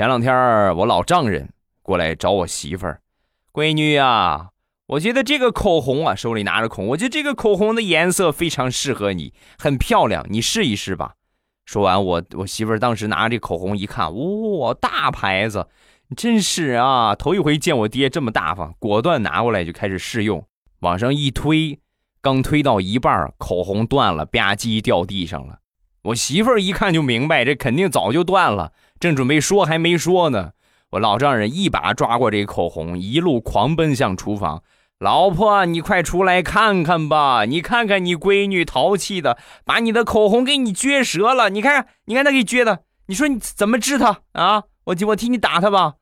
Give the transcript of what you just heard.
前两天我老丈人过来找我媳妇儿，闺女啊，我觉得这个口红啊，手里拿着口红，我觉得这个口红的颜色非常适合你，很漂亮，你试一试吧。说完我媳妇儿当时拿着这口红一看，哇，大牌子，真是啊，头一回见我爹这么大方，果断拿过来就开始试用，往上一推，刚推到一半，口红断了，吧唧掉地上了。我媳妇儿一看就明白，这肯定早就断了，正准备说还没说呢，我老丈人一把抓过这口红，一路狂奔向厨房。老婆，你快出来看看吧，你看看你闺女淘气的，把你的口红给你撅折了，你看她给撅的，你说你怎么治她啊？我替你打她吧。